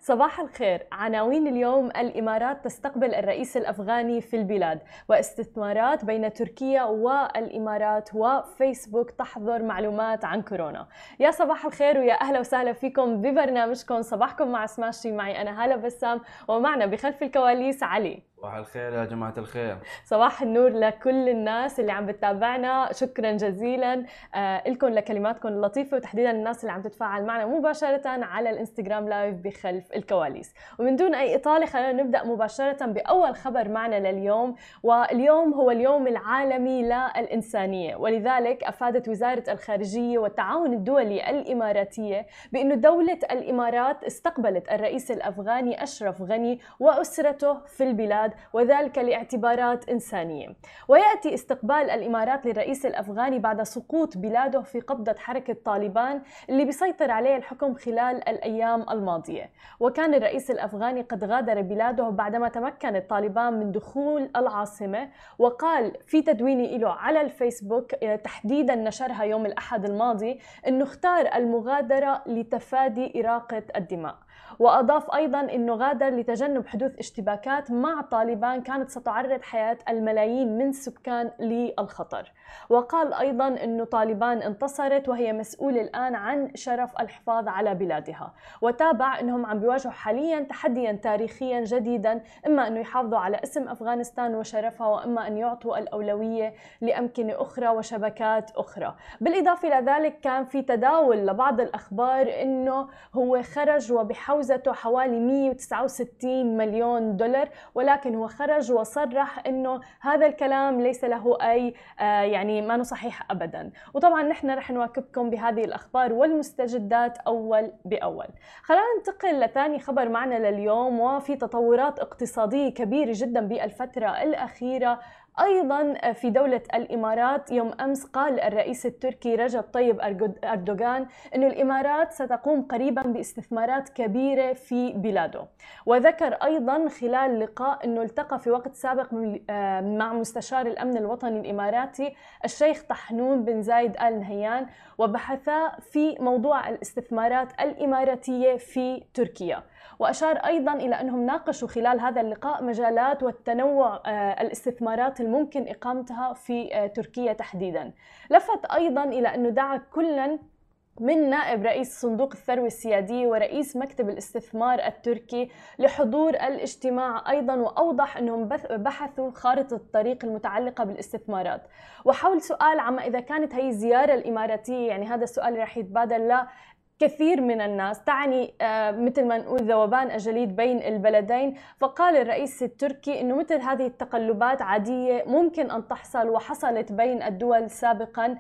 صباح الخير. عناوين اليوم: الإمارات تستقبل الرئيس الأفغاني في البلاد، واستثمارات بين تركيا والإمارات، وفيسبوك تحظر معلومات عن كورونا. يا صباح الخير ويا أهلا وسهلا فيكم ببرنامجكم صباحكم مع سماشي. معي أنا هالة بسام، ومعنا بخلف الكواليس علي. صباح الخير يا جماعة الخير. صباح النور لكل الناس اللي عم بتتابعنا، شكرا جزيلا لكم لكلماتكم اللطيفة، وتحديدا الناس اللي عم تتفاعل معنا مباشرة على الانستغرام لايف بخلف الكواليس. ومن دون أي إطالة خلينا نبدأ مباشرة بأول خبر معنا لليوم، واليوم هو اليوم العالمي للإنسانية، ولذلك أفادت وزارة الخارجية والتعاون الدولي الإماراتية بأن دولة الإمارات استقبلت الرئيس الأفغاني أشرف غني وأسرته في البلاد، وذلك لاعتبارات إنسانية. ويأتي استقبال الإمارات للرئيس الأفغاني بعد سقوط بلاده في قبضة حركة طالبان اللي بيسيطر عليه الحكم خلال الأيام الماضية. وكان الرئيس الأفغاني قد غادر بلاده بعدما تمكن الطالبان من دخول العاصمة، وقال في تدوين له على الفيسبوك تحديدا نشرها يوم الأحد الماضي أنه اختار المغادرة لتفادي إراقة الدماء. وأضاف أيضاً أنه غادر لتجنب حدوث اشتباكات مع طالبان كانت ستعرض حياة الملايين من سكان للخطر. وقال أيضاً أنه طالبان انتصرت وهي مسؤولة الآن عن شرف الحفاظ على بلادها. وتابع أنهم عم بيواجهوا حالياً تحدياً تاريخياً جديداً، إما أنه يحافظوا على اسم أفغانستان وشرفها، وإما أن يعطوا الأولوية لأمكنة أخرى وشبكات أخرى. بالإضافة إلى ذلك كان في تداول لبعض الأخبار أنه هو خرج وبحوزته حوالي 169 مليون دولار، ولكن هو خرج وصرح انه هذا الكلام ليس له اي يعني ما صحيح ابدا. وطبعا نحن رح نواكبكم بهذه الاخبار والمستجدات اول باول. خلينا ننتقل لثاني خبر معنا لليوم، وفي تطورات اقتصادية كبيرة جدا بالفترة الأخيرة أيضاً في دولة الإمارات. يوم أمس قال الرئيس التركي رجب طيب أردوغان أن الإمارات ستقوم قريباً باستثمارات كبيرة في بلاده. وذكر أيضاً خلال لقاء أنه التقى في وقت سابق مع مستشار الأمن الوطني الإماراتي الشيخ طحنون بن زايد آل نهيان، وبحثا في موضوع الاستثمارات الإماراتية في تركيا. وأشار أيضاً إلى أنهم ناقشوا خلال هذا اللقاء مجالات والتنوع الاستثمارات الممكن إقامتها في تركيا تحديداً. لفت أيضاً إلى أنه دعا كلاً من نائب رئيس صندوق الثروة السيادية ورئيس مكتب الاستثمار التركي لحضور الاجتماع أيضاً، وأوضح أنهم بحثوا خارطة الطريق المتعلقة بالاستثمارات. وحول سؤال عما إذا كانت هي الزيارة الإماراتية، يعني هذا السؤال رح يتبادل لا كثير من الناس، تعني مثل ما نقول ذوبان الجليد بين البلدين. فقال الرئيس التركي أنه مثل هذه التقلبات عادية ممكن أن تحصل وحصلت بين الدول سابقا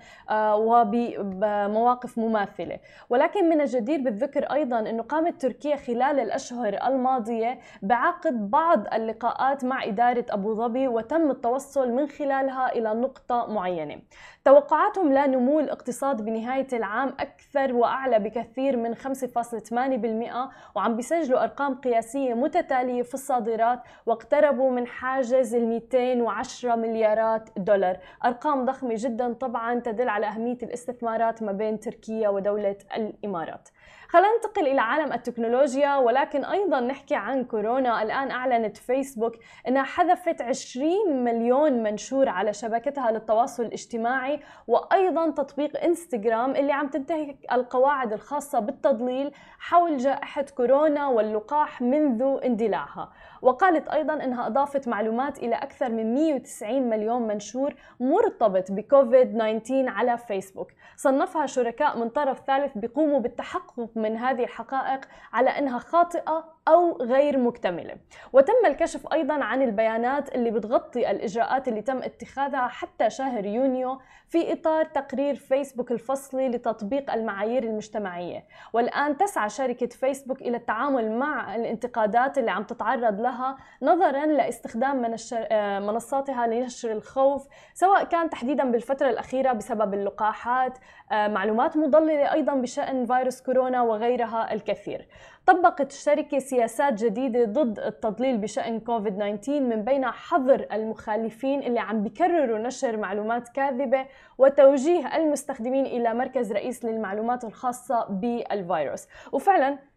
وبمواقف مماثلة. ولكن من الجدير بالذكر أيضا أنه قامت تركيا خلال الأشهر الماضية بعقد بعض اللقاءات مع إدارة أبو ظبي، وتم التوصل من خلالها إلى نقطة معينة. توقعاتهم لنمو الاقتصاد بنهاية العام أكثر وأعلى بكثير من 5.8%، وعم بيسجلوا أرقام قياسية متتالية في الصادرات، واقتربوا من حاجز 210 مليارات دولار. أرقام ضخمة جدا طبعا تدل على أهمية الاستثمارات ما بين تركيا ودولة الإمارات. خلينا ننتقل إلى عالم التكنولوجيا، ولكن أيضا نحكي عن كورونا. الآن أعلنت فيسبوك أنها حذفت 20 مليون منشور على شبكتها للتواصل الاجتماعي، وأيضا تطبيق إنستغرام اللي عم تنتهك القواعد الخاصة بالتضليل حول جائحة كورونا واللقاح منذ اندلاعها. وقالت أيضا أنها أضافت معلومات إلى أكثر من 190 مليون منشور مرتبط بكوفيد 19 على فيسبوك. صنفها شركاء من طرف ثالث بيقوموا بالتحقق من هذه الحقائق على أنها خاطئة أو غير مكتملة. وتم الكشف أيضاً عن البيانات اللي بتغطي الإجراءات اللي تم اتخاذها حتى شهر يونيو في إطار تقرير فيسبوك الفصلي لتطبيق المعايير المجتمعية. والآن تسعى شركة فيسبوك إلى التعامل مع الانتقادات اللي عم تتعرض لها نظراً لاستخدام منصاتها لنشر الخوف، سواء كان تحديداً بالفترة الأخيرة بسبب اللقاحات، معلومات مضللة أيضاً بشأن فيروس كورونا وغيرها الكثير. طبقت الشركة سياسات جديدة ضد التضليل بشأن كوفيد 19، من بينها حظر المخالفين اللي عم بيكرروا نشر معلومات كاذبة، وتوجيه المستخدمين إلى مركز رئيس للمعلومات الخاصة بالفيروس. وفعلا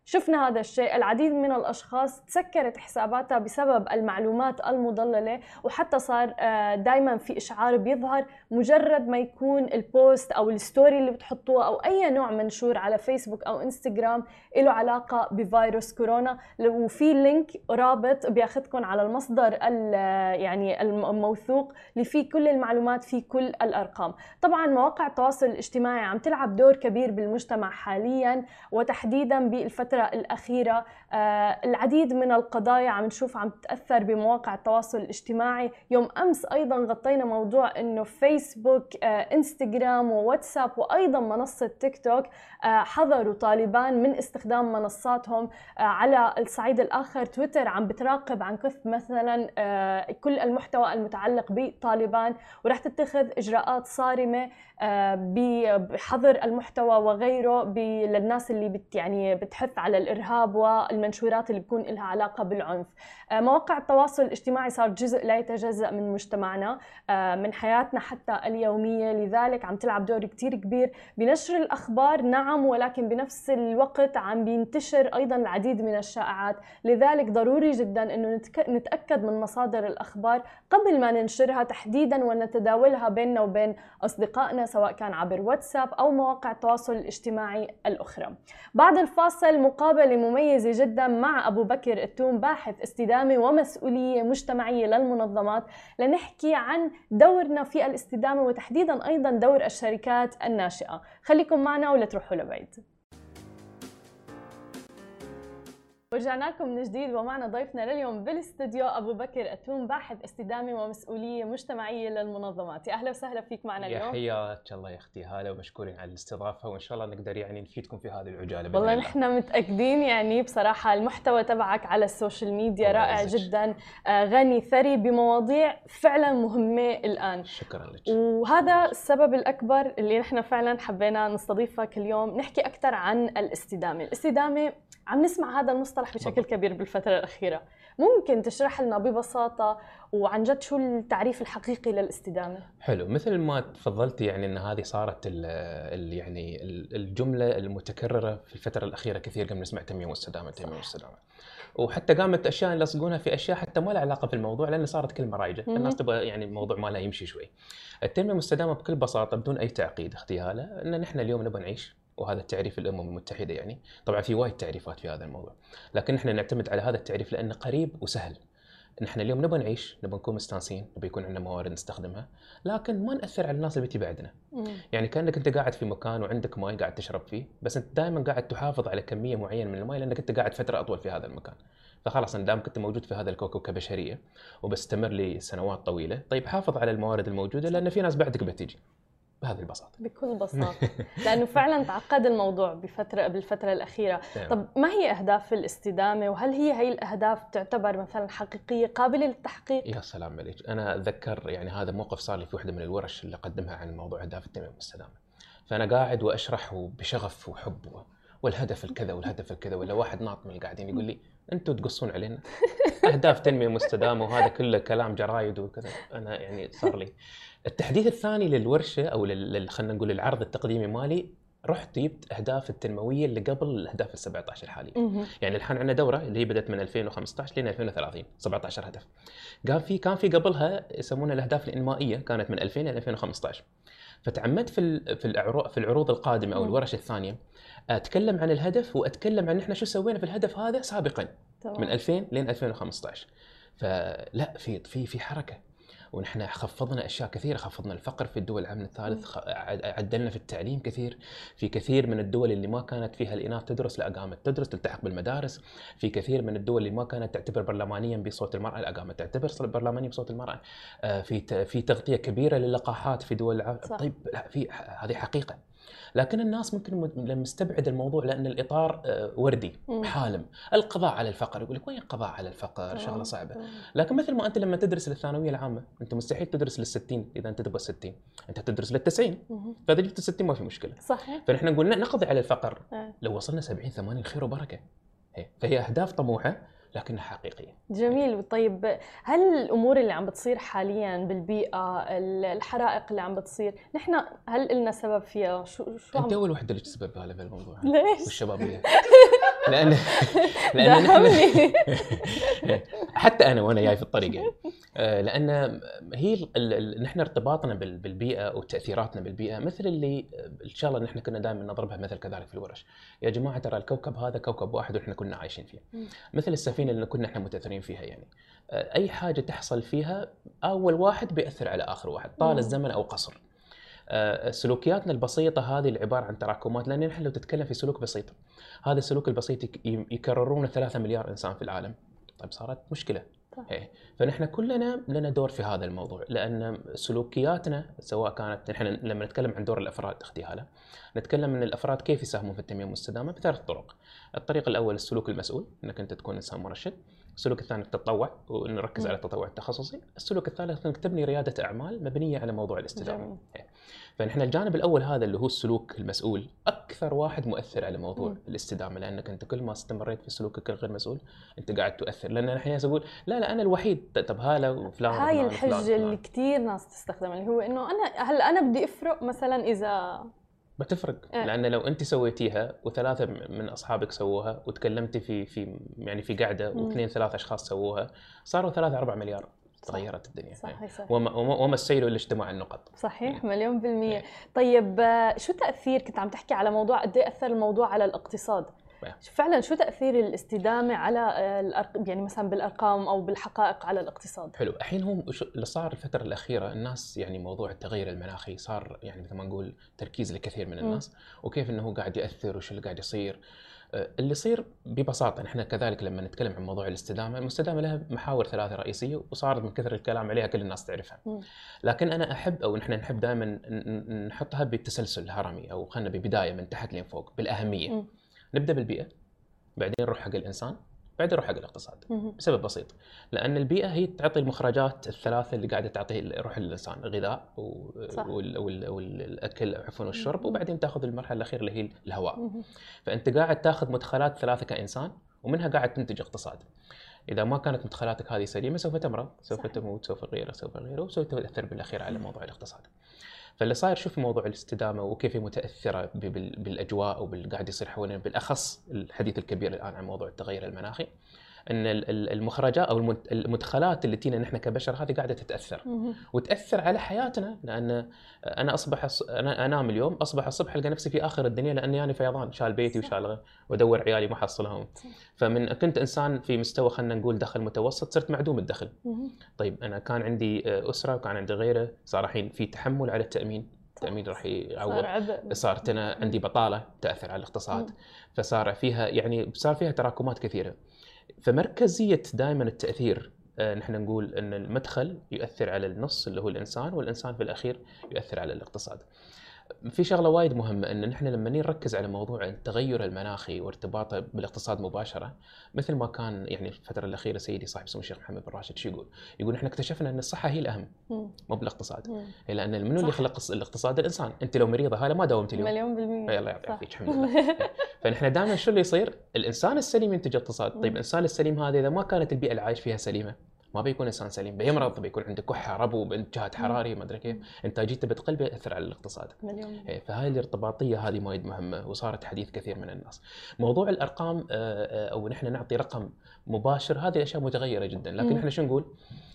شفنا هذا الشيء، العديد من الأشخاص تسكرت حساباتها بسبب المعلومات المضللة، وحتى صار دايما في إشعار بيظهر مجرد ما يكون البوست أو الستوري اللي بتحطوه أو أي نوع منشور على فيسبوك أو إنستغرام له علاقة بفيروس كورونا، وفي لينك رابط بياخدكم على المصدر يعني الموثوق اللي فيه كل المعلومات، فيه كل الأرقام. طبعا مواقع التواصل الاجتماعي عم تلعب دور كبير بالمجتمع حاليا، وتحديدا بالفترة الأخيرة العديد من القضايا عم نشوف عم تتأثر بمواقع التواصل الاجتماعي. يوم أمس أيضا غطينا موضوع أنه فيسبوك، إنستغرام وواتساب وأيضا منصة تيك توك حظروا طالبان من استخدام منصاتهم. على الصعيد الآخر تويتر عم بتراقب عن كث مثلا كل المحتوى المتعلق بطالبان، ورح تتخذ إجراءات صارمة بحظر المحتوى وغيره للناس اللي يعني بتحث على الإرهاب والمنشورات اللي بيكون لها علاقة بالعنف. مواقع التواصل الاجتماعي صار جزء لا يتجزأ من مجتمعنا، من حياتنا حتى اليومية، لذلك عم تلعب دور كتير كبير بنشر الأخبار، نعم، ولكن بنفس الوقت عم بينتشر أيضا العديد من الشائعات. لذلك ضروري جدا أنه نتأكد من مصادر الأخبار قبل ما ننشرها تحديدا ونتداولها بيننا وبين أصدقائنا، سواء كان عبر واتساب أو مواقع التواصل الاجتماعي الأخرى. بعد الفاصل مقابلة مميزة جدا مع أبو بكر التوم، باحث استدامة ومسؤولية مجتمعية للمنظمات، لنحكي عن دورنا في الاستدامة وتحديدا أيضا دور الشركات الناشئة. خليكم معنا ولا تروحوا لبعيد. ورجعنا لكم من جديد، ومعنا ضيفنا لليوم بالاستديو أبو بكر التوم، باحث استدامة ومسؤولية مجتمعية للمنظمات. يا أهلا وسهلا فيك معنا اليوم. يا حياك الله يا أختي هالة، ومشكورين على الاستضافة، وإن شاء الله نقدر يعني نفيدكم في هذه العجالة. والله نحن متأكدين، يعني بصراحة المحتوى تبعك على السوشيال ميديا رائع جدا، غني ثري بمواضيع فعلا مهمة الآن. شكرا لك. وهذا السبب الأكبر اللي نحن فعلا حبينا نستضيفك اليوم، نحكي أكثر عن الاستدامة. الاستدامة عم نسمع هذا المصطلح بشكل كبير بالفترة الأخيرة، ممكن تشرح لنا ببساطة وعن جد شو التعريف الحقيقي للاستدامة؟ حلو، مثل ما تفضلتي يعني أن هذه صارت يعني الجملة المتكررة في الفترة الأخيرة كثير، قمنا نسمع تنمية واستدامة تنمية واستدامة، وحتى قامت أشياء يلصقونها في أشياء حتى ما لها علاقة في الموضوع، لأن صارت كلمة رايجة، الناس تبغى يعني الموضوع ما لا يمشي شوي. التنمية والاستدامة بكل بساطة بدون أي تعقيد أختي هالة، أن نحن اليوم نبغى نعيش، وهذا التعريف الأمم المتحدة يعني، طبعا في وايد تعريفات في هذا الموضوع، لكن نحن نعتمد على هذا التعريف لأنه قريب وسهل. نحن اليوم نبغى نعيش، نبغى نكون مستانسين، نبغى يكون عندنا موارد نستخدمها، لكن ما نأثر على الناس اللي بتي بعدنا. يعني كأنك أنت قاعد في مكان وعندك ماء قاعد تشرب فيه، بس أنت دائما قاعد تحافظ على كمية معينة من الماء لأنك أنت قاعد فترة أطول في هذا المكان. فخلاص أنا دام كنت موجود في هذا الكوكب كبشرية وبستمر لسنوات طويلة، طيب حافظ على الموارد الموجودة لأن في ناس بعدك بتيجي. بهذه البساطة. بكل بساطة. لأنه فعلا تعقد الموضوع بالفترة الأخيرة. طب ما هي أهداف الاستدامة، وهل هي الأهداف تعتبر مثلا حقيقية قابلة للتحقيق؟ يا سلام عليك، أنا أتذكر يعني هذا موقف صار لي في واحدة من الورش اللي قدمها عن موضوع أهداف التنمية والاستدامة، فأنا قاعد وأشرح بشغف وحب والهدف الكذا والهدف الكذا، ولا واحد ناط من القاعدين يقول لي أنتوا تقصون علينا أهداف تنمية مستدامة وهذا كله كلام جرايد وكذا. أنا يعني صار لي التحديث الثاني للورشة أو خلينا نقول العرض التقديمي مالي، رحت جبت أهداف التنموية اللي قبل الأهداف ال17 الحالية. يعني الحين عندنا دورة اللي هي بدأت من 2015 لين 2030 17 هدف. كان في قبلها يسمونها الأهداف الإنمائية، كانت من 2000 إلى 2015. فتعمدت في العروض القادمة أو الورش الثانية أتكلم عن الهدف وأتكلم عن إحنا شو سوينا في الهدف هذا سابقا من 2000 لين 2015. فلا في حركة، ونحن خفضنا أشياء كثيرة، خفضنا الفقر في الدول العالم الثالث، عدلنا في التعليم كثير، في كثير من الدول اللي ما كانت فيها الإناث تدرس لا قامت تدرس تلتحق بالمدارس، في كثير من الدول اللي ما كانت تعتبر برلمانيا بصوت المرأة لا قامت تعتبر برلمانيا بصوت المرأة، في تغطية كبيرة للقاحات في دول العالم. طيب لا، في هذه حقيقة، لكن الناس ممكن مستبعد الموضوع لأن الإطار وردي حالم. القضاء على الفقر، يقول لك وين القضاء على الفقر؟ شغلة صعبة. لكن مثل ما أنت لما تدرس للثانوية العامة أنت مستحيل تدرس لل60 إذا أنت تبغى 60، أنت تدرس لل90، فإذا جبت 60 ما في مشكلة. صحيح. فنحن نقول نقضي على الفقر، لو وصلنا 70-80 خير وبركة. فهي أهداف طموحة لكنها حقيقية. جميل. طيب هل الأمور اللي عم بتصير حالياً بالبيئة، الحرائق اللي عم بتصير، نحن هل لنا سبب فيها؟ شو أنت أول وحدة اللي تسبب بهذا الموضوع. ليش؟ والشباب لان دهمني. حتى انا وانا جاي في الطريق يعني لان هي نحن ارتباطنا بالبيئه وتاثيراتنا بالبيئه مثل اللي ان شاء الله نحن كنا دائما نضربها مثل كذلك في الورش. يا جماعه ترى الكوكب هذا كوكب واحد ونحن كنا عايشين فيه، مثل السفينه اللي كنا احنا متاثرين فيها يعني. اي حاجه تحصل فيها اول واحد بيأثر على اخر واحد طال الزمن او قصر. سلوكياتنا البسيطه هذه اللي عباره عن تراكمات، لان نحن لو تتكلم في سلوك بسيط، هذا السلوك البسيط يكررونه 3 مليار انسان في العالم، طيب صارت مشكله. إيه. فنحن كلنا لنا دور في هذا الموضوع، لان سلوكياتنا سواء كانت نحن لما نتكلم عن دور الافراد اختي هاله، نتكلم ان الافراد كيف يساهمون في التنميه المستدامه بثلاث طرق. الطريق الاول السلوك المسؤول، انك انت تكون انسان مرشد. السلوك الثاني التطوع ونركز على التطوع التخصصي. السلوك الثالث انك تبني رياده اعمال مبنيه على موضوع الاستدامه. فنحن الجانب الاول هذا اللي هو السلوك المسؤول اكثر واحد مؤثر على موضوع الاستدامه، لانك انت كل ما استمريت في سلوكك الغير مسؤول انت قاعد تؤثر. لان احيانا اقول لا انا الوحيد، طب هاله وفلان هاي الحجه اللي كثير ناس تستخدمها، اللي هو انه انا بدي افرق مثلا اذا بتفرق. لان لو انت سويتيها وثلاثه من اصحابك سووها وتكلمتي في قعده واثنين ثلاث اشخاص سووها، صاروا 3-4 مليار. تغيرت الدنيا. صحيح. وما السير الا اجتماع النقط. صحيح، مليون بالمية. طيب شو تأثير، كنت عم تحكي على موضوع قد ايه أثر الموضوع على الاقتصاد، فعلا شو تأثير الاستدامة على يعني مثلا بالأرقام أو بالحقائق على الاقتصاد؟ حلو. الحين هو اللي صار الفترة الأخيرة، الناس يعني موضوع التغير المناخي صار يعني مثل ما نقول تركيز لكثير من الناس، وكيف انه قاعد يأثر وش اللي قاعد يصير. اللي يصير ببساطة، نحن كذلك لما نتكلم عن موضوع الاستدامة، المستدامة لها محاور 3 رئيسية وصارت من كثر الكلام عليها كل الناس تعرفها. لكن أنا أحب أو نحن نحب دائما نحطها بالتسلسل الهرمي، أو خلنا ببداية من تحت لين فوق بالأهمية. نبدأ بالبيئة، بعدين نروح حق الإنسان، بعدين نروح حق الاقتصاد. بسبب بسيط، لأن البيئة هي تعطي المخرجات الثلاثة اللي قاعدة تعطيه روح للإنسان، الغذاء والأكل عفوا والشرب، وبعدين تأخذ المرحلة الأخيرة اللي هي الهواء. فأنت قاعد تأخذ مدخلات 3 كإنسان، ومنها قاعد تنتج اقتصاد. إذا ما كانت مدخلاتك هذه سليمة سوف تمرض، سوف تموت، سوف غيره، وسوف تأثر بالأخير على موضوع الاقتصاد. فاللي صاير شوف موضوع الاستدامة وكيف متأثرة بالأجواء وبالقاعد يصير حوالينا، بالأخص الحديث الكبير الآن عن موضوع التغير المناخي، ان المخرجات او المدخلات اللي تينا نحن كبشر هذه قاعده تتاثر وتاثر على حياتنا. لان انا انا انام اليوم، اصبح الصبح القى نفسي في اخر الدنيا، لاني انا فيضان شال بيتي وشال وادور عيالي ما حصلهم. فمن كنت انسان في مستوى خلينا نقول دخل متوسط، صرت معدوم الدخل. طيب انا كان عندي اسره وكان عندي غيره، صار الحين في تحمل على التامين راح يعوض. صارت انا عندي بطاله تاثر على الاقتصاد. فصار فيها تراكمات كثيره. فمركزية دائما التأثير، نحن نقول أن المدخل يؤثر على النص اللي هو الإنسان، والإنسان في الأخير يؤثر على الاقتصاد. في شغلة وايد مهمة، أن نحن لما نركز على موضوع التغير المناخي وارتباطه بالاقتصاد مباشرة، مثل ما كان يعني الفترة الأخيرة سيدي صاحب سمو الشيخ محمد بن راشد شو يقول احنا اكتشفنا أن الصحة هي الأهم مو بالاقتصاد. لأن منو اللي خلق الاقتصاد؟ الإنسان. أنت لو مريضة هلا ما داومت اليوم. مليون بالمية. الله يعطيك الحمد لله. فنحن دائما شو اللي يصير؟ الإنسان السليم ينتج اقتصاد. طيب الإنسان السليم هذا إذا ما كانت البيئة اللي عايش فيها سليمة، ما بيكون انسان سليم، بيمرض، بيكون عنده كحه، ربو، جهد حراري، ما ادري كيف، انتاجيته بتقل، بيأثر على الاقتصاد. فهاي الارتباطيه هذه وايد مهمه، وصارت حديث كثير من الناس. موضوع الارقام او نحن نعطي رقم مباشر، هذه الاشياء متغيره جدا. لكن احنا شو نقول؟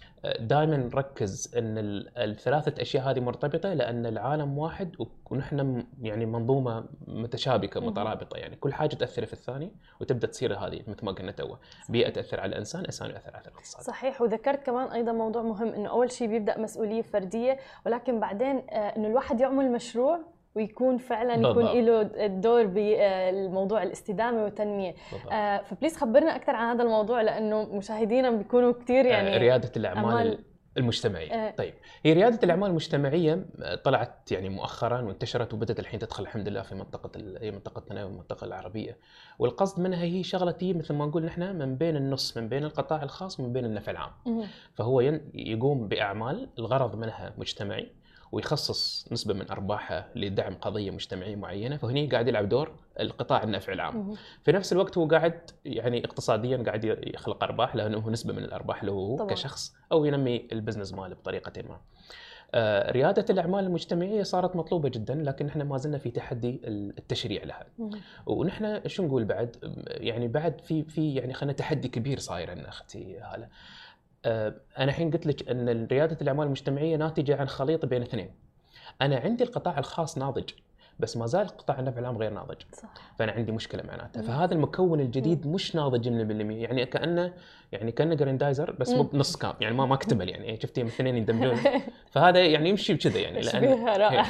دائما نركز ان الثلاثه اشياء هذه مرتبطه، لان العالم واحد ونحن يعني منظومه متشابكه مترابطه، يعني كل حاجه تاثر في الثاني وتبدا تصير هذه مثل ما قلنا تو، بيئه تاثر على الانسان، انسان ياثر على الاقتصاد. صحيح. وذكرت كمان ايضا موضوع مهم، انه اول شيء بيبدا مسؤوليه فرديه، ولكن بعدين انه الواحد يعمل مشروع ويكون فعلا يكون له الدور بالموضوع الاستدامه والتنميه. فبليز خبرنا اكثر عن هذا الموضوع، لانه مشاهدينا بيكونوا كثير يعني رياده الاعمال المجتمعيه. طيب هي رياده الاعمال المجتمعيه طلعت يعني مؤخرا وانتشرت وبدات الحين تدخل الحمد لله في منطقتنا والمنطقه العربيه، والقصد منها هي شغله مثل ما نقول نحن من بين النص، من بين القطاع الخاص ومن بين النفع العام. فهو يقوم باعمال الغرض منها مجتمعي، ويخصص نسبة من أرباحه لدعم قضية مجتمعية معينة، فهني قاعد يلعب دور القطاع النفع العام. في نفس الوقت هو قاعد يعني اقتصاديا قاعد يخلق أرباح، لأنه هو نسبة من الأرباح له هو كشخص، أو ينمي البزنس ماله بطريقة ما. ريادة الأعمال المجتمعية صارت مطلوبة جدا، لكن احنا ما زلنا في تحدي التشريع لها. ونحن شو نقول بعد، يعني بعد في يعني خلينا تحدي كبير صاير عندنا اختي هالة. انا الحين قلت لك ان ريادة الأعمال المجتمعية ناتجة عن خليط بين اثنين. انا عندي القطاع الخاص ناضج، بس ما زال قطاع النفع العام غير ناضج. صح. فانا عندي مشكله معناتها. فهذا المكون الجديد مش ناضج 100%، يعني كانه جريندايزر بس مو بنص كام، يعني ما اكتمل، يعني شفتي الاثنين يندمجون. فهذا يعني يمشي بكذا، يعني لان رائع.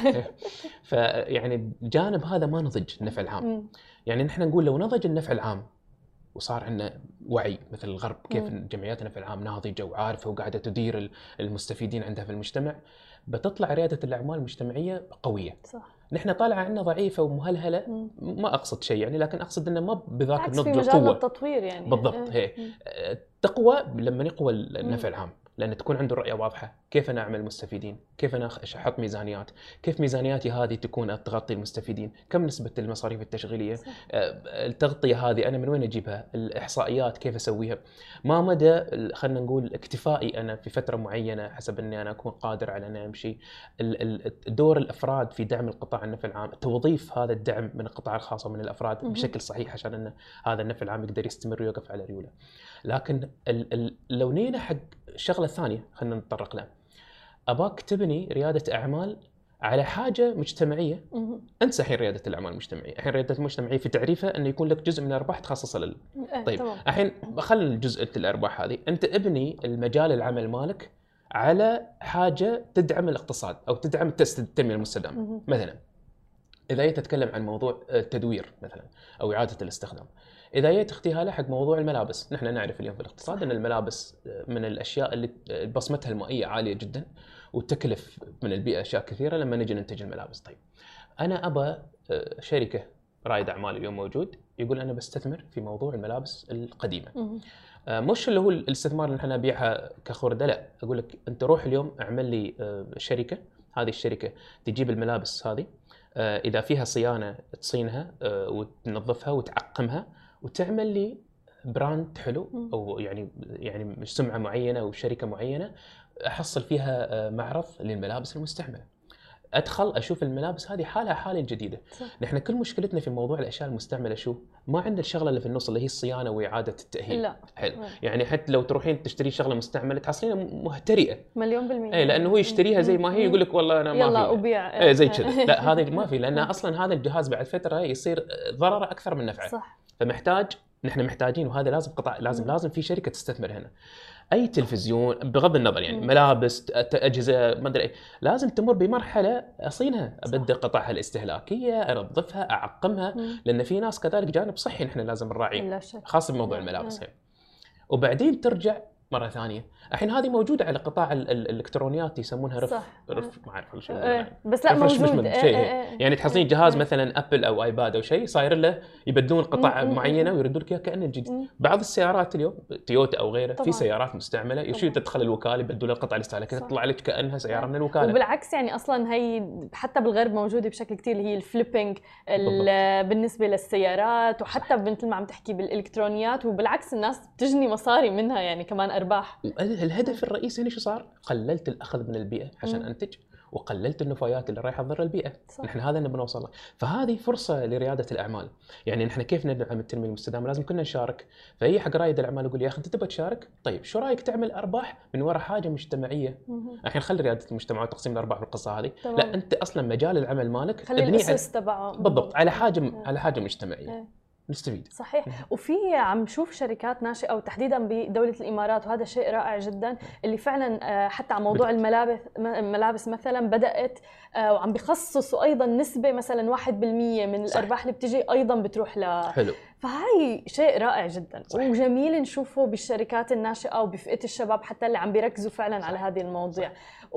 فيعني الجانب هذا ما نضج النفع العام. يعني نحن نقول لو نضج النفع العام وصار عندنا وعي مثل الغرب كيف جمعيات النفع العام ناضجه وعارفه وقاعده تدير المستفيدين عندها في المجتمع، بتطلع رياده الاعمال المجتمعيه قويه. صح. نحن طالعه عندنا ضعيفه ومهلهله، ما اقصد شيء يعني، لكن اقصد انه ما بذاك النضج والقوه. في مجال التطوير يعني. بالضبط. هي تقوى لما يقوى النفع العام، لأن تكون عنده رؤية واضحة، كيف أنا أعمل مستفيدين، كيف أنا أحط ميزانيات، كيف ميزانياتي هذه تكون تغطي المستفيدين، كم نسبة المصاريف التشغيلية، التغطية هذه أنا من وين أجيبها، الإحصائيات كيف أسويها، ما مدى خلنا نقول اكتفائي أنا في فترة معينة حسب أني أنا أكون قادر على أن أمشي، دور الأفراد في دعم القطاع النفع العام، توظيف هذا الدعم من القطاع الخاص ومن الأفراد بشكل صحيح عشان أن هذا النفع العام يقدر يستمر ويوقف على ريوله. لكن لو نينا حق الشغله الثانيه خلينا نتطرق لها، اباك تبني رياده اعمال على حاجه مجتمعيه. انسى الحين رياده الاعمال المجتمعيه، الحين رياده المجتمعيه في تعريفه انه يكون لك جزء من الارباح تخصصه طيب الحين خلي جزء الارباح هذه انت ابني المجال العمل مالك على حاجه تدعم الاقتصاد او تدعم التنميه المستدامه. مثلا اذا تتكلم عن موضوع التدوير مثلا او اعاده الاستخدام، إذا تختيها حق موضوع الملابس، نحن نعرف اليوم في الاقتصاد أن الملابس من الأشياء اللي بصمتها المائية عالية جدا وتكلف من البيئة أشياء كثيرة لما نجي ننتج الملابس. طيب أنا أبى شركة رائد أعمال اليوم موجود يقول أنا بستثمر في موضوع الملابس القديمة، مش اللي هو الاستثمار اللي نحن نبيعها كخردة، لا، أقول لك أنت روح اليوم أعمل لي شركة، هذه الشركة تجيب الملابس هذه إذا فيها صيانة تصينها وتنظفها وتعقمها وتعمل لي براند حلو او يعني سمعه معينه او شركه معينه احصل فيها معرض للملابس المستعمله، ادخل اشوف الملابس هذه حالها حاله جديده. نحن كل مشكلتنا في موضوع الاشياء المستعمله شو؟ ما عندنا الشغله اللي في النص اللي هي الصيانه واعاده التاهيل. لا. حلو. يعني حتى لو تروحين تشتري شغله مستعمله تحصلينها مهترئه 100%. اي لانه هو يشتريها زي ما هي يقول لك والله انا ما في يلا ابيع زي كذا. لا هذه ما في، لان اصلا هذا الجهاز بعد فتره يصير ضرره اكثر من نفعه. صح. فمحتاج، نحن محتاجين، وهذا لازم قطاع، لازم في شركه تستثمر هنا. اي تلفزيون بغض النظر يعني ملابس اجهزه ما ادري، لازم تمر بمرحله اصينها، ابدل قطعها الاستهلاكيه، انظفها، اعقمها، لان في ناس كذلك جانب صحي نحن لازم نراعيه خاصه بموضوع الملابس. وبعدين ترجع مره ثانيه. الحين هذه موجوده على قطاع الالكترونيات يسمونها رف ما اعرف شو بس لا موجود يعني تحصلين جهاز مثلا ابل او ايباد او شيء صاير له يبدلون قطع معينه ويردوا لك كانه الجديد. بعض السيارات اليوم تويوتا او غيره في سيارات مستعمله يشيل تدخل الوكاله يبدلوا القطع الاستهلاكيه تطلع لك كانها سياره من الوكاله. وبالعكس يعني اصلا هي حتى بالغرب موجوده بشكل كثير، هي الفليبينج بالنسبه للسيارات، وحتى مثل ما عم تحكي بالالكترونيات، وبالعكس الناس بتجني مصاري منها يعني كمان ارباح. الهدف الرئيسي هنا شو صار؟ قللت الاخذ من البيئه عشان انتج، وقللت النفايات اللي رايحه تضر البيئه. صح. نحن هذا اللي بنوصل له. فهذه فرصه لرياده الاعمال. يعني نحن كيف ندعم التنميه المستدامه؟ لازم كلنا نشارك. فهي حق رائد الاعمال يقول يا اخي انت تبغى تشارك، طيب شو رايك تعمل ارباح من وراء حاجه مجتمعيه؟ الحين خلي رياده المجتمع وتقسيم الارباح بالقصه هذه. لا انت اصلا مجال العمل مالك خلي الاسس تبعه بالضبط على حاجه مجتمعيه نستفيد. صحيح. وفي عم شوف شركات ناشئه وتحديدا بدوله الامارات، وهذا شيء رائع جدا، اللي فعلا حتى على موضوع الملابس مثلا بدات وعم بيخصصوا ايضا نسبه مثلا 1% من الارباح اللي بتجي ايضا بتروح حلو. فهاي شيء رائع جدا. صح. وجميل نشوفه بالشركات الناشئه وبفئه الشباب حتى اللي عم بيركزوا فعلا. صح. على هذه المواضيع.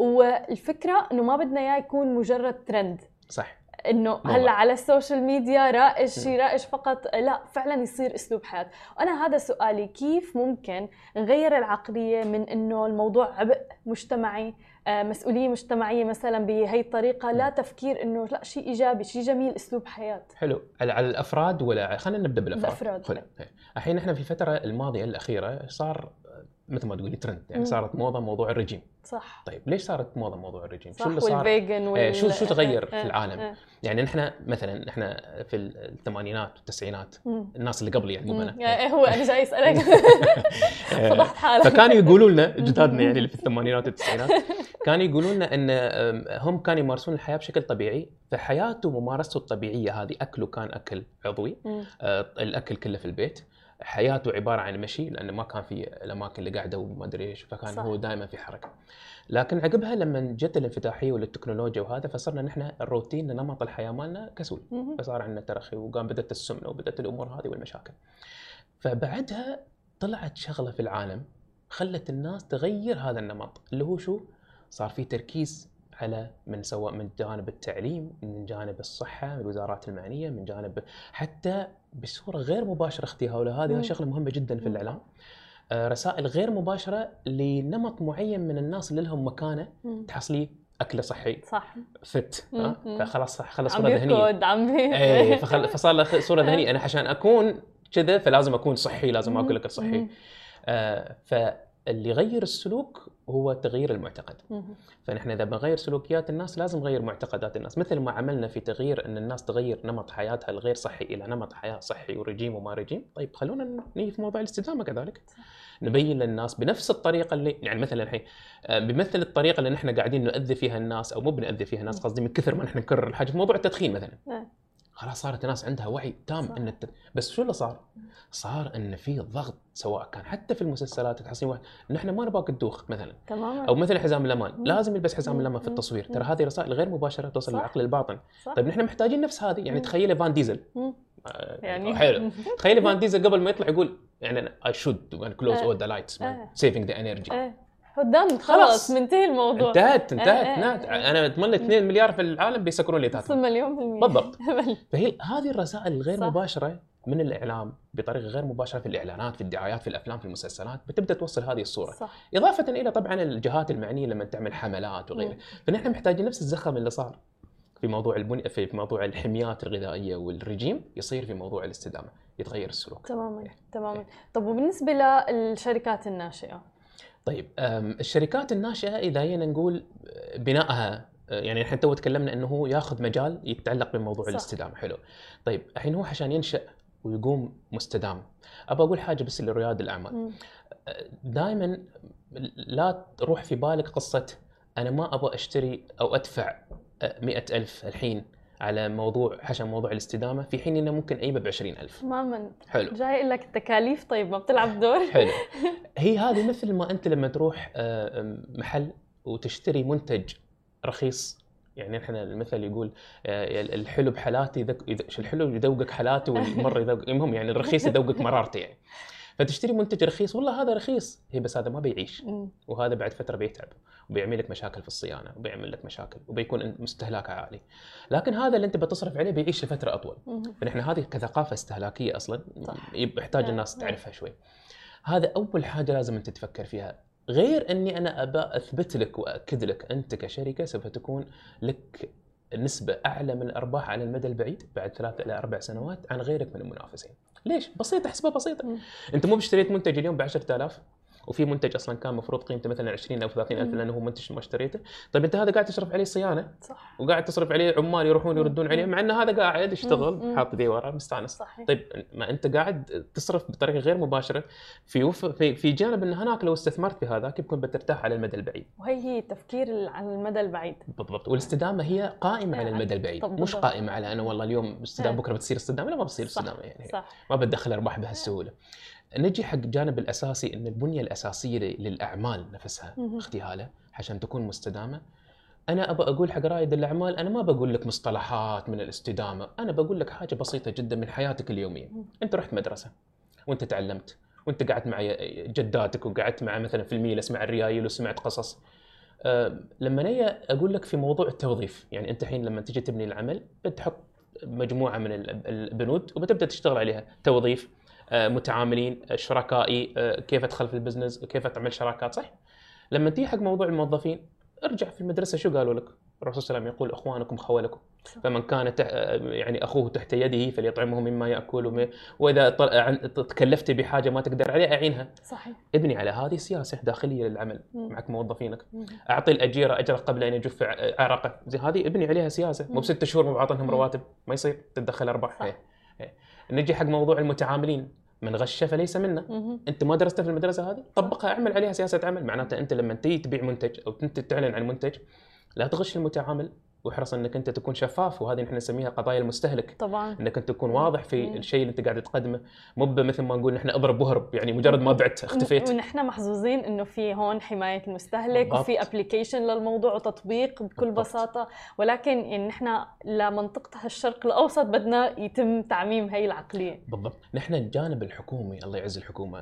والفكره انه ما بدنا اياه يكون مجرد ترند. صح. انه هلا على السوشيال ميديا رائج شيء رائج فقط، لا فعلا يصير اسلوب حياه. وانا هذا سؤالي، كيف ممكن نغير العقليه من انه الموضوع عبء مجتمعي، مسؤوليه مجتمعيه مثلا بهي الطريقه، لا تفكير انه لا شيء ايجابي شيء جميل اسلوب حياه. حلو. على الافراد، ولا خلينا نبدا بالافراد. الحين احنا في الفتره الماضيه الاخيره صار مثل ما تقولي ترند، يعني صارت موضه موضوع الرجيم. صح. طيب ليش صارت موضه موضوع الرجيم؟ صح. شو اللي صار؟ والفيجن شو تغير في العالم؟ يعني احنا مثلا في الثمانينات والتسعينات، الناس اللي قبل يعني مو انا. هو انا جاي اسالك. فضحت حالك. فكانوا يقولوا لنا جدادنا يعني اللي في الثمانينات والتسعينات، كانوا يقولوا لنا ان هم كانوا يمارسون الحياه بشكل طبيعي، فحياته وممارسته الطبيعيه هذه اكله كان اكل عضوي، الاكل كله في البيت، حياته عباره عن مشي لانه ما كان في الاماكن اللي قاعده وما ادري ايش، فكان صح. هو دائما في حركه. لكن عقبها لما جت الانفتاحيه والتكنولوجيا وهذا، فصرنا نحن الروتين نمط الحياه مالنا كسول، فصار عندنا ترخي وقام بدات السمنه وبدات الامور هذه والمشاكل. فبعدها طلعت شغله في العالم خلت الناس تغير هذا النمط، اللي هو شو؟ صار في تركيز على سواء من جانب التعليم، من جانب الصحه، من الوزارات المعنيه، من جانب حتى بصوره غير مباشره اختي هؤلاء، هذه شغله مهمه جدا في الاعلام. رسائل غير مباشره لنمط معين من الناس اللي لهم مكانه، تحصلي اكل صحي صح فت فخلاص خلص صوره ذهنيه. فصار له صوره ذهنيه، انا عشان اكون كذا فلازم اكون صحي، لازم اكل اكل صحي. فاللي يغير السلوك هو تغيير المعتقد. فنحن اذا بنغير سلوكيات الناس لازم نغير معتقدات الناس، مثل ما عملنا في تغيير ان الناس تغير نمط حياتها الغير صحي الى نمط حياه صحي ورجيم وما رجيم. طيب خلونا نيجي في موضوع الاستدامه كذلك، نبين للناس بنفس الطريقه اللي يعني مثلا الحين بمثل الطريقه اللي نحن قاعدين نؤذي فيها الناس، او مو بنؤذي فيها الناس، قصدي من كثر ما نحن نكرر الحاجه في موضوع التدخين مثلا، خلاص صارت الناس عندها وعي تام ان بس شو اللي صار؟ صار ان في ضغط، سواء كان حتى في المسلسلات تحسين واحد نحن ما نبغاك تدوخ مثلا، تماما. او مثل حزام الامان لازم يلبس حزام الامان في التصوير، ترى هذه رسائل غير مباشره توصل للعقل الباطن. طيب نحن محتاجين نفس هذه، يعني تخيلي فان ديزل يعني حلو، تخيلي فان ديزل قبل ما يطلع يقول يعني I should close all the lights saving the energy. قدام خلاص منتهي الموضوع، انتهت. انا اتمنى 2 مليار في العالم بيسكرون لي تاتا مليون بالمية بالضبط. فهي هذه الرسائل الغير مباشره من الاعلام بطريقه غير مباشره، في الاعلانات، في الدعايات، في الافلام، في المسلسلات، بتبدا توصل هذه الصوره. صح. اضافه الى طبعا الجهات المعنيه لما تعمل حملات وغيره. فنحن محتاجين نفس الزخم اللي صار في موضوع في موضوع الحميات الغذائيه والرجيم يصير في موضوع الاستدامه، يتغير السلوك. تماما. طب وبالنسبه للشركات الناشئه؟ طيب الشركات الناشئه اذا جينا نقول بنائها، يعني احنا تو تكلمنا انه هو ياخذ مجال يتعلق بموضوع الاستدامه. حلو. طيب الحين هو عشان ينشأ ويقوم مستدام، ابى اقول حاجه بس لرواد الاعمال، دائما لا تروح في بالك قصه انا ما ابغى اشتري او ادفع 100,000 الحين على موضوع عشان موضوع الاستدامه، في حين انه ممكن اجيبه ب 20,000. تماما. حلو. جاي اقول لك التكاليف طيب ما بتلعب دور. حلو. هي هذه مثل ما انت لما تروح محل وتشتري منتج رخيص، يعني احنا المثل يقول الحلو بحالاتي الحلو يذوقك حالاتي والمر يذوق، المهم يعني الرخيص يذوقك مرارتي يعني. فتشتري منتج رخيص، والله هذا رخيص، هي بس هذا ما بيعيش، وهذا بعد فتره بيتعب وبيعمل لك مشاكل في الصيانه وبيعمل لك مشاكل وبيكون مستهلاكه عالي. لكن هذا اللي انت بتصرف عليه بيعيش لفتره اطول. فنحن هذه كثقافه استهلاكيه اصلا يحتاج الناس تعرفها شوي. هذا اول حاجه لازم انت تفكر فيها، غير اني انا ابى اثبت لك واكد لك انت كشركه سوف تكون لك نسبه اعلى من الارباح على المدى البعيد بعد 3 إلى 4 سنوات عن غيرك من المنافسين. ليش؟ بسيطه، حسبه بسيطه. انت مو باشتريت منتج اليوم ب 10,000 وفي منتج اصلا كان مفروض قيمته مثلا 20 او 30,000 لانه هو منتج ما اشتريته، طيب انت هذا قاعد تصرف عليه صيانه، صح، وقاعد تصرف عليه عمال يروحون يردون عليه، مع ان هذا قاعد يشتغل حاط يديه وراه مستانس. طيب ما انت قاعد تصرف بطريقه غير مباشره في جانب ان هناك لو استثمرت في هذاك يكون بترتاح على المدى البعيد. وهي التفكير على المدى البعيد بالضبط. والاستدامه هي قائمه على المدى البعيد، مش قائمه على انا والله اليوم استدامه بكره بتصير استدامه، لا ما بتصير استدامه يعني. صح. ما بتدخل ارباح بهالسهوله. نجي حق الجانب الأساسي، إن البنية الأساسية للأعمال نفسها أختي هالة عشان تكون مستدامة. أنا أبى أقول حق رائد الأعمال، أنا ما بقول لك مصطلحات من الاستدامة، أنا بقول لك حاجة بسيطة جدا من حياتك اليومية. أنت رحت مدرسة وأنت تعلمت وأنت قعدت مع جداتك وقعدت مع مثلا في الميلس مع الريايل وسمعت قصص. لما أنا أقول لك في موضوع التوظيف، يعني أنت الحين لما تيجي تبني العمل بتحط مجموعة من البنود وبتبدأ تشتغل عليها، توظيف، متعاملين، شركائي، كيف ادخل في البزنس، كيف تعمل شراكات، صح؟ لما تيجي حق موضوع الموظفين ارجع في المدرسه شو قالوا لك؟ الرسول صلى الله عليه وسلم يقول اخوانكم خولكم. فمن كان يعني اخوه تحت يده فليطعمه مما ياكل، واذا تكلفت بحاجه ما تقدر عليها اعينها. صحيح. ابني على هذه سياسه داخليه للعمل معك موظفينك. اعطي الاجير اجره قبل ان يجف عرقه، زي هذه ابني عليها سياسه. مو ب6 شهور مو عاطينهم رواتب، ما يصير تتدخل ارباح. نجي حق موضوع المتعاملين، من غش فليس منا. انت ما درست في المدرسه هذه، طبقها، اعمل عليها سياسه عمل. معناته انت لما تيجي تبيع منتج او انت تعلن عن منتج، لا تغش المتعامل، واحرص انك انت تكون شفاف. وهذه نحن نسميها قضايا المستهلك. طبعا انك انت تكون واضح في الشيء اللي انت قاعد تقدمه، مو مثل ما نقول نحن اضرب وهرب، يعني مجرد ما بعت اختفيت. ونحن محظوظين انه في هون حمايه المستهلك وفي ابلكيشن للموضوع وتطبيق بكل بساطه، ولكن يعني نحن لمنطقه الشرق الاوسط بدنا يتم تعميم هي العقليه. بالضبط. نحن الجانب الحكومي الله يعز الحكومه،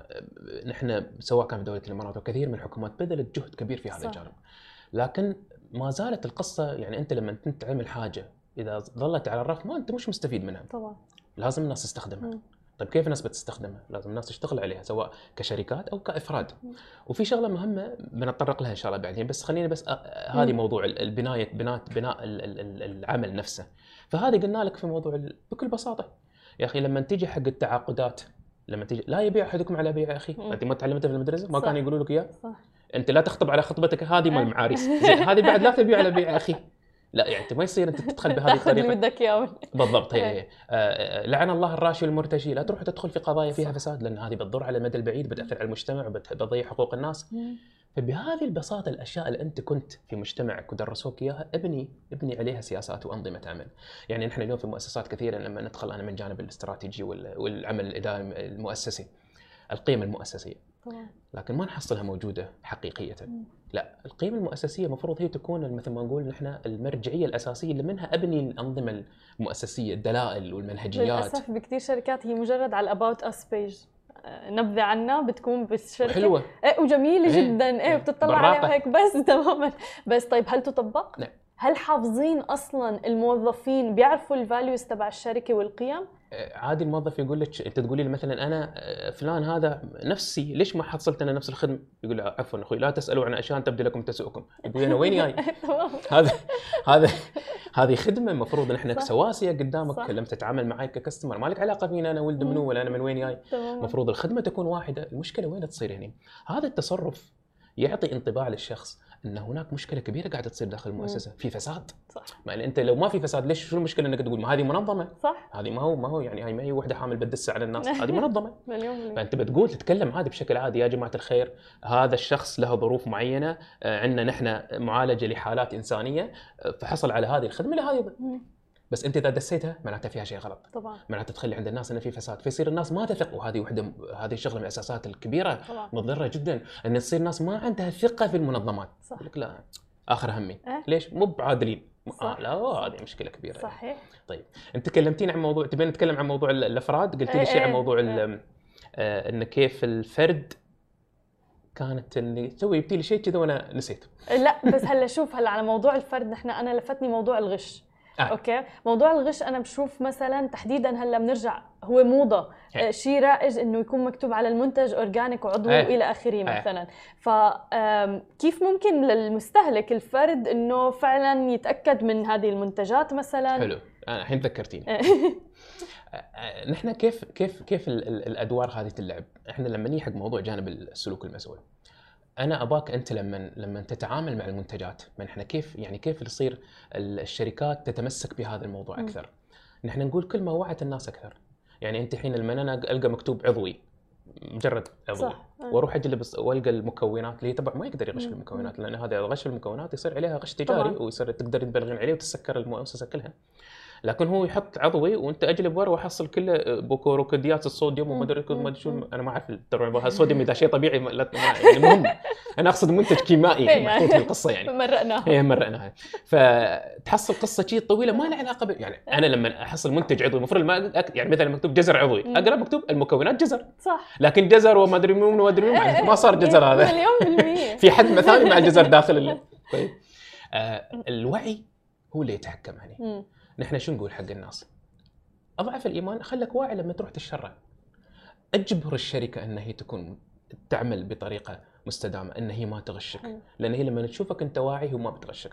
نحن سواء كان في دوله الامارات وكثير من الحكومات بذلت جهد كبير في هذا الجانب، لكن ما زالت القصه. يعني انت لما انت تعمل حاجه اذا ظلت على الرف ما انت مش مستفيد منها. طبعا لازم الناس تستخدمها. طيب كيف الناس بتستخدمها؟ لازم الناس تشتغل عليها سواء كشركات او كافراد. وفي شغله مهمه بنتطرق لها ان شاء الله بعدين، بس خلينا بس هذه موضوع بناء العمل نفسه. فهذه قلنا لك في موضوع بكل بساطه يا اخي، لما تيجي حق التعاقدات، لما تيجي لا يبيع احدكم على بيع اخي. انت ما تعلمتها في المدرسه؟ ما كانوا يقولوا لك اياه؟ صح. انت لا تخطب على خطبتك هذه مال المعاريس، زين هذه بعد لا تبيع على بيع اخي. لا يعني انت ما يصير انت تدخل بهذه الطريقه. اللي بدك اياه. بالضبط. هي لعن الله الراشي والمرتشي. لا تروح تدخل في قضايا فيها فساد، لان هذه بتضر على المدى البعيد، بتاثر على المجتمع وبتضيع حقوق الناس. فبهذه البساطه الاشياء اللي انت كنت في مجتمعك ودرسوك اياها، ابني عليها سياسات وانظمه عمل. يعني نحن اليوم في مؤسسات كثيره لما ندخل، انا من الجانب الاستراتيجي والعمل الاداري المؤسسي، القيم المؤسسيه طبعا، لكن ما نحصلها موجوده حقيقيه. لا، القيم المؤسسيه المفروض هي تكون مثل ما نقول نحن المرجعيه الاساسيه اللي منها ابني الانظمه المؤسسيه، الدلائل والمنهجيات. للاسف بكثير شركات هي مجرد على الاباوت اس بيج، نبذه عنها بتكون بالشركه حلوه وجميله جدا، وبتطلع عليها هيك بس تماما. بس طيب هل تطبق؟ نعم. هل حافظين اصلا الموظفين بيعرفوا الفاليوز تبع الشركه والقيم؟ عادي الموظف يقول لك، انت تقولي لي مثلا انا فلان هذا نفسي، ليش ما حصلت انا نفس الخدمه؟ يقول عفوا اخوي لا تسالوا عن اشياء تبدو لكم تسؤكم. يقول انا وين جاي؟ هذه خدمه المفروض نحن سواسيه قدامك. لما تتعامل معي ككستمر ما لك علاقه فيني انا ولد منو ولا انا من وين جاي. المفروض الخدمه تكون واحده. المشكله وين تصير هنا؟ هذا التصرف يعطي انطباع للشخص ان هناك مشكله كبيره قاعده تصير داخل المؤسسه، في فساد. صح. ما انت لو ما في فساد ليش شو المشكله انك تقول ما هذه منظمه؟ صح. هذه ما هو يعني هاي ما هي وحده حامل بتدس على الناس، هذه منظمه. فانت بتقول تتكلم عادي بشكل عادي، يا جماعه الخير هذا الشخص له ظروف معينه، عندنا نحن معالجه لحالات انسانيه، فحصل على هذه الخدمه لهذه. بس انت اذا دسيتها معناتها فيها شيء غلط طبعا، معناتها تخلي عند الناس انه في فساد، فيصير الناس ما تثق. وهذه وحده، هذه شغله من الاساسات الكبيره مضره جدا، ان تصير الناس ما عندها ثقه في المنظمات. يقول لك لا اخر همي ليش مو بعادلين. لا هذه مشكله كبيره. صحيح. طيب انت كلمتيني عن موضوع، تبين نتكلم عن موضوع الافراد، قلت لي شيء عن موضوع ان كيف الفرد كانت اللي توي جبتي لي شيء كذا وانا نسيت. لا بس هلا شوف، هلا على موضوع الفرد انا لفتني موضوع الغش. اوكي، موضوع الغش انا بشوف مثلا تحديدا هلا بنرجع، هو موضه شيء رائج انه يكون مكتوب على المنتج اورجانيك وعضوي والى اخره مثلا. فكيف ممكن للمستهلك الفرد انه فعلا يتاكد من هذه المنتجات مثلا؟ حلو، انا الحين ذكرتيني. نحن كيف الادوار هذه اللعب. احنا لما نيجي حق موضوع جانب السلوك المسؤول، انا اباك انت لما تتعامل مع المنتجات، ما نحن كيف يصير الشركات تتمسك بهذا الموضوع اكثر. نحن نقول كل ما وعت الناس اكثر. يعني انت الحين لما انا القى مكتوب عضوي، مجرد عضوي، واروح اجلب والقى المكونات اللي تبع، ما يقدر يغش المكونات، لان هذا غش المكونات يصير عليها غش تجاري ويصير تقدر تبلغين عليه وتسكر المؤسسه كلها. لكن هو يحط عضوي وانت اجلب ورا واحصل كله بوكوروكوديات الصوديوم وما ادري شو، انا ما اعرف ترى الصوديوم اذا شيء طبيعي يعني مهم. انا اقصد منتج كيميائي محطوط في القصه يعني. مرقناها. فتحصل قصه شيء طويله ما لها علاقه يعني انا لما احصل منتج عضوي المفروض ما يعني مثلا مكتوب جزر عضوي، اقرا مكتوب المكونات جزر. صح. لكن جزر وما ادري مين وما ادري ما صار جزر هذا. في حد مثالي مع الجزر داخل طيب الوعي هو اللي يتحكم هنا. نحن شو نقول حق الناس؟ اضعف الايمان خلك واعي لما تروح تشرع. اجبر الشركه ان هي تكون تعمل بطريقه مستدامه، ان هي ما تغشك، لان هي لما تشوفك انت واعي هو ما بتغشك.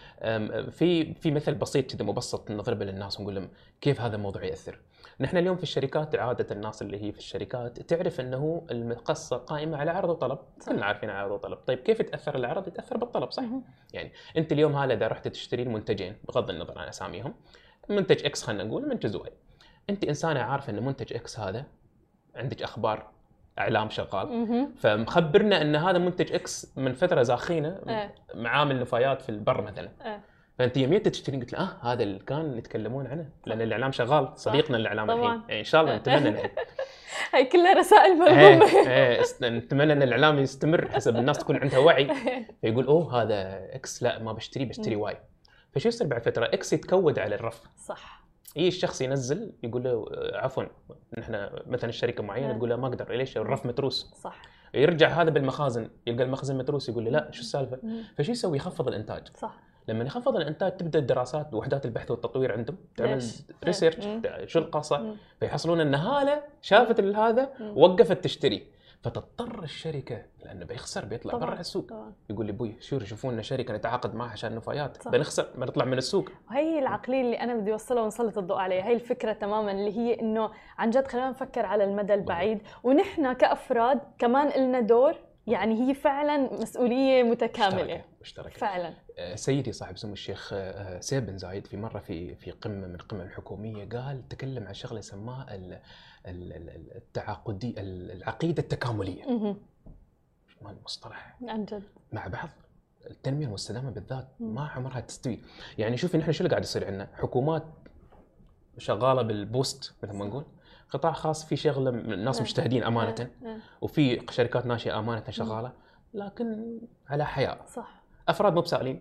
في مثل بسيط كذا مبسط نضربه للناس ونقول لهم كيف هذا الموضوع ياثر. نحن اليوم في الشركات عاده الناس اللي هي في الشركات تعرف انه القصه قائمه على عرض وطلب، كلنا عارفين عرض وطلب. طيب كيف يتاثر العرض؟ يتاثر بالطلب، صح؟ يعني انت اليوم هلا اذا رحت تشتري المنتجين بغض النظر عن اساميهم، منتج اكس خلينا نقول منتج واي، انت انسانه عارفه ان منتج اكس هذا عندك اخبار اعلام شغال، فمخبرنا ان هذا منتج اكس من فتره زاخينه معامل نفايات في البر مثلا، فانت يميت تشترين قلت له هذا اللي كان يتكلمون عنه، لان الاعلام شغال، صديقنا الاعلام الحين يعني ان شاء الله نتمنى الحين هاي كلها رسائل ملغومه. نتمنى ان الاعلام يستمر حسب الناس تكون عندها وعي، فيقول اوه هذا اكس لا ما بشتري واي، فشو يصير بعد فتره اكس يتكود على الرف، صح. الشخص ينزل يقول له عفوا نحن مثلا الشركه معينه تقول له ما اقدر ليش الرف متروس، صح. يرجع هذا بالمخازن يلقى المخزن متروس، يقول له لا شو السالفه، فشو يسوي؟ يخفض الانتاج. صح. لما يخفض الانتاج تبدا الدراسات وحدات البحث والتطوير عندهم تعمل ريسيرش شو القصه، فيحصلون ان هاله شافت هذا وقفت تشتري، فتضطر الشركه لانه بيخسر بيطلع برا السوق، يقول لي ابوي شو يشوفون شركه نتعاقد معها عشان نفايات بنخسر بنطلع من السوق. وهي العقليه اللي انا بدي اوصلها ونسلط الضوء عليها، هي الفكره تماما اللي هي انه عن جد خلينا نفكر على المدى البعيد، ونحن كافراد كمان لنا دور، يعني هي فعلا مسؤوليه متكامله مشتركه فعلا. سيدي صاحب سمو الشيخ سيف بن زايد في مره في قمه من القمم الحكوميه قال تكلم عن شغله سماها التعاقدي العقيده التكامليه. ما المصطلح عن جد مع بعض التنميه المستدامه بالذات ما عمرها تستوي. يعني شوفي نحن شو اللي قاعد يصير عندنا، حكومات شغاله بالبوست مثل ما نقول، قطاع خاص في شغله الناس مجتهدين امانه، وفي شركات ناشئه امانه شغاله لكن على حياء، صح. افراد مو بسائلين.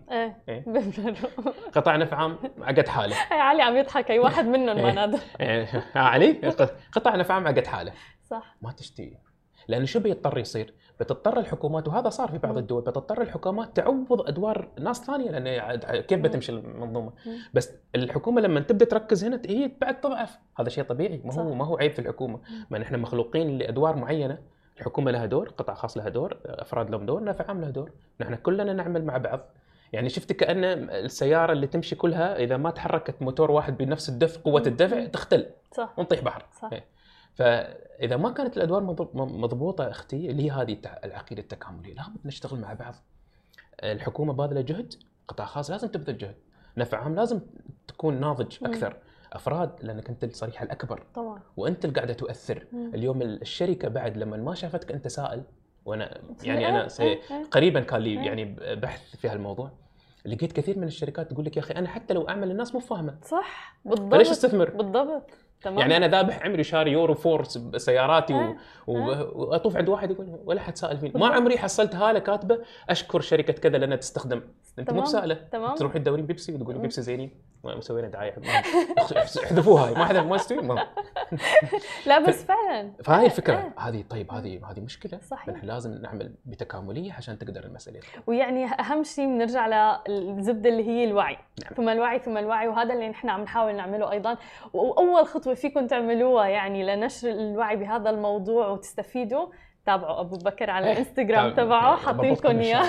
قطاع نفع عام عقد حاله. علي عم يضحك، اي واحد منهم ما نادى. علي قطاع نفع عام عقد حاله، صح. ما تشتي، لأن شو بيضطر يصير؟ بتضطر الحكومات، وهذا صار في بعض الدول، بتضطر الحكومات تعوض أدوار ناس ثانية، لأن كيف بتمشي المنظومة؟ بس الحكومة لما تبدأ تركز هنا هي بعد تضعف، هذا شيء طبيعي، ما هو عيب في الحكومة، ما نحن مخلوقين لأدوار معينة، الحكومة لها دور، قطاع خاص لها دور، أفراد لهم دور، نفع عام له دور، نحن كلنا نعمل مع بعض. يعني شفت كأن السيارة اللي تمشي كلها إذا ما تحركت موتور واحد بنفس الدفع قوة الدفع تختل، صح. ونطيح بحر. صح. فإذا ما كانت الأدوار مضبوطة أختي اللي هي هذه العقيدة التكاملية، لابد نشتغل مع بعض. الحكومة باذلة جهد، قطاع خاص لازم تبذل جهد، نفع عام لازم تكون ناضج أكثر، أفراد لأنك أنت الصريحة الأكبر طبعا، وأنت اللي قاعدة تؤثر. اليوم الشركة بعد لما ما شافتك أنت سائل، وأنا يعني أنا قريبا كان لي يعني بحث في هالموضوع، لقيت كثير من الشركات تقول لك يا أخي أنا حتى لو أعمل الناس مو فاهمة. صح بالضبط، فليش استثمر؟ بالضبط. تمام. يعني أنا ذابح عمري شاري يورو 4 سياراتي وأطوف عند واحد يقول ولا حد سائل فيني، ما عمري حصلت هالة كاتبة أشكر شركة كذا لأنها تستخدم، أنت مو بسائلة. تروحي تدورين بيبسي وتقولين بيبسي زينين، مسوينا دعاية، احذفوها هاي، ما حدا ما يستوي. لا بس فعلا فهاي الفكرة هذه. طيب هذه مشكلة، صحيح. نحن لازم نعمل بتكاملية عشان تقدر المسألة. ويعني أهم شيء بنرجع للزبدة اللي هي الوعي. نعم. ثم الوعي ثم الوعي، وهذا اللي نحن عم نحاول نعمله أيضا. وأول خطوة فيكم تعملوها يعني لنشر الوعي بهذا الموضوع وتستفيدوا، تابعوا أبو بكر على الانستغرام تبعه، حاطين لكم إياه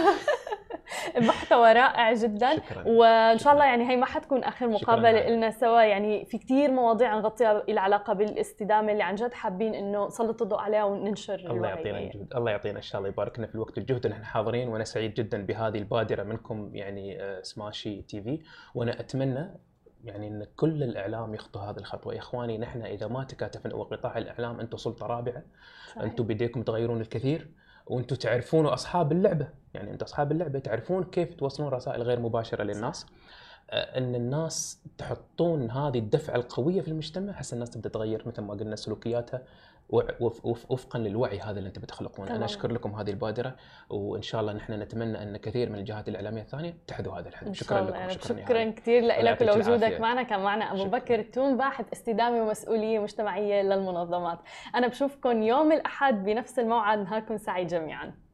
محتوى رائع جدا. شكراً. وإن شاء الله يعني هي ما حتكون آخر مقابلة لنا سوا، يعني في كتير مواضيع نغطيها العلاقة بالاستدامة اللي عن جد حابين إنه نسلط الضوء عليها وننشر الوعي. الله يعطينا الجهد، الله يعطينا إن شاء الله، يبارك لنا في الوقت الجهد، ونحن حاضرين. وأنا سعيد جدا بهذه البادرة منكم يعني سماشي تي في، وأنا أتمنى يعني ان كل الاعلام يخطو هذه الخطوه. يا اخواني نحن اذا ما تكاتفنا، وقطاع الاعلام انتم سلطه رابعه، انتم بديكم تغيرون الكثير، وانتم تعرفون اصحاب اللعبه، يعني انتم اصحاب اللعبه تعرفون كيف توصلون رسائل غير مباشره للناس. ان الناس تحطون هذه الدفعه القويه في المجتمع حتى الناس تبدا تغير مثل ما قلنا سلوكياتها وفقا للوعي هذا اللي انتم بتخلقونه. انا اشكر لكم هذه البادره، وان شاء الله نحن نتمنى ان كثير من الجهات الاعلاميه الثانيه تحذو هذا الحدث. شكرا لكم. شكرا كثير لك ولوجودك معنا. كان معنا ابو بكر توم، باحث استدامه ومسؤوليه مجتمعيه للمنظمات. انا بشوفكم يوم الاحد بنفس الموعد، نهاركم سعيد جميعا.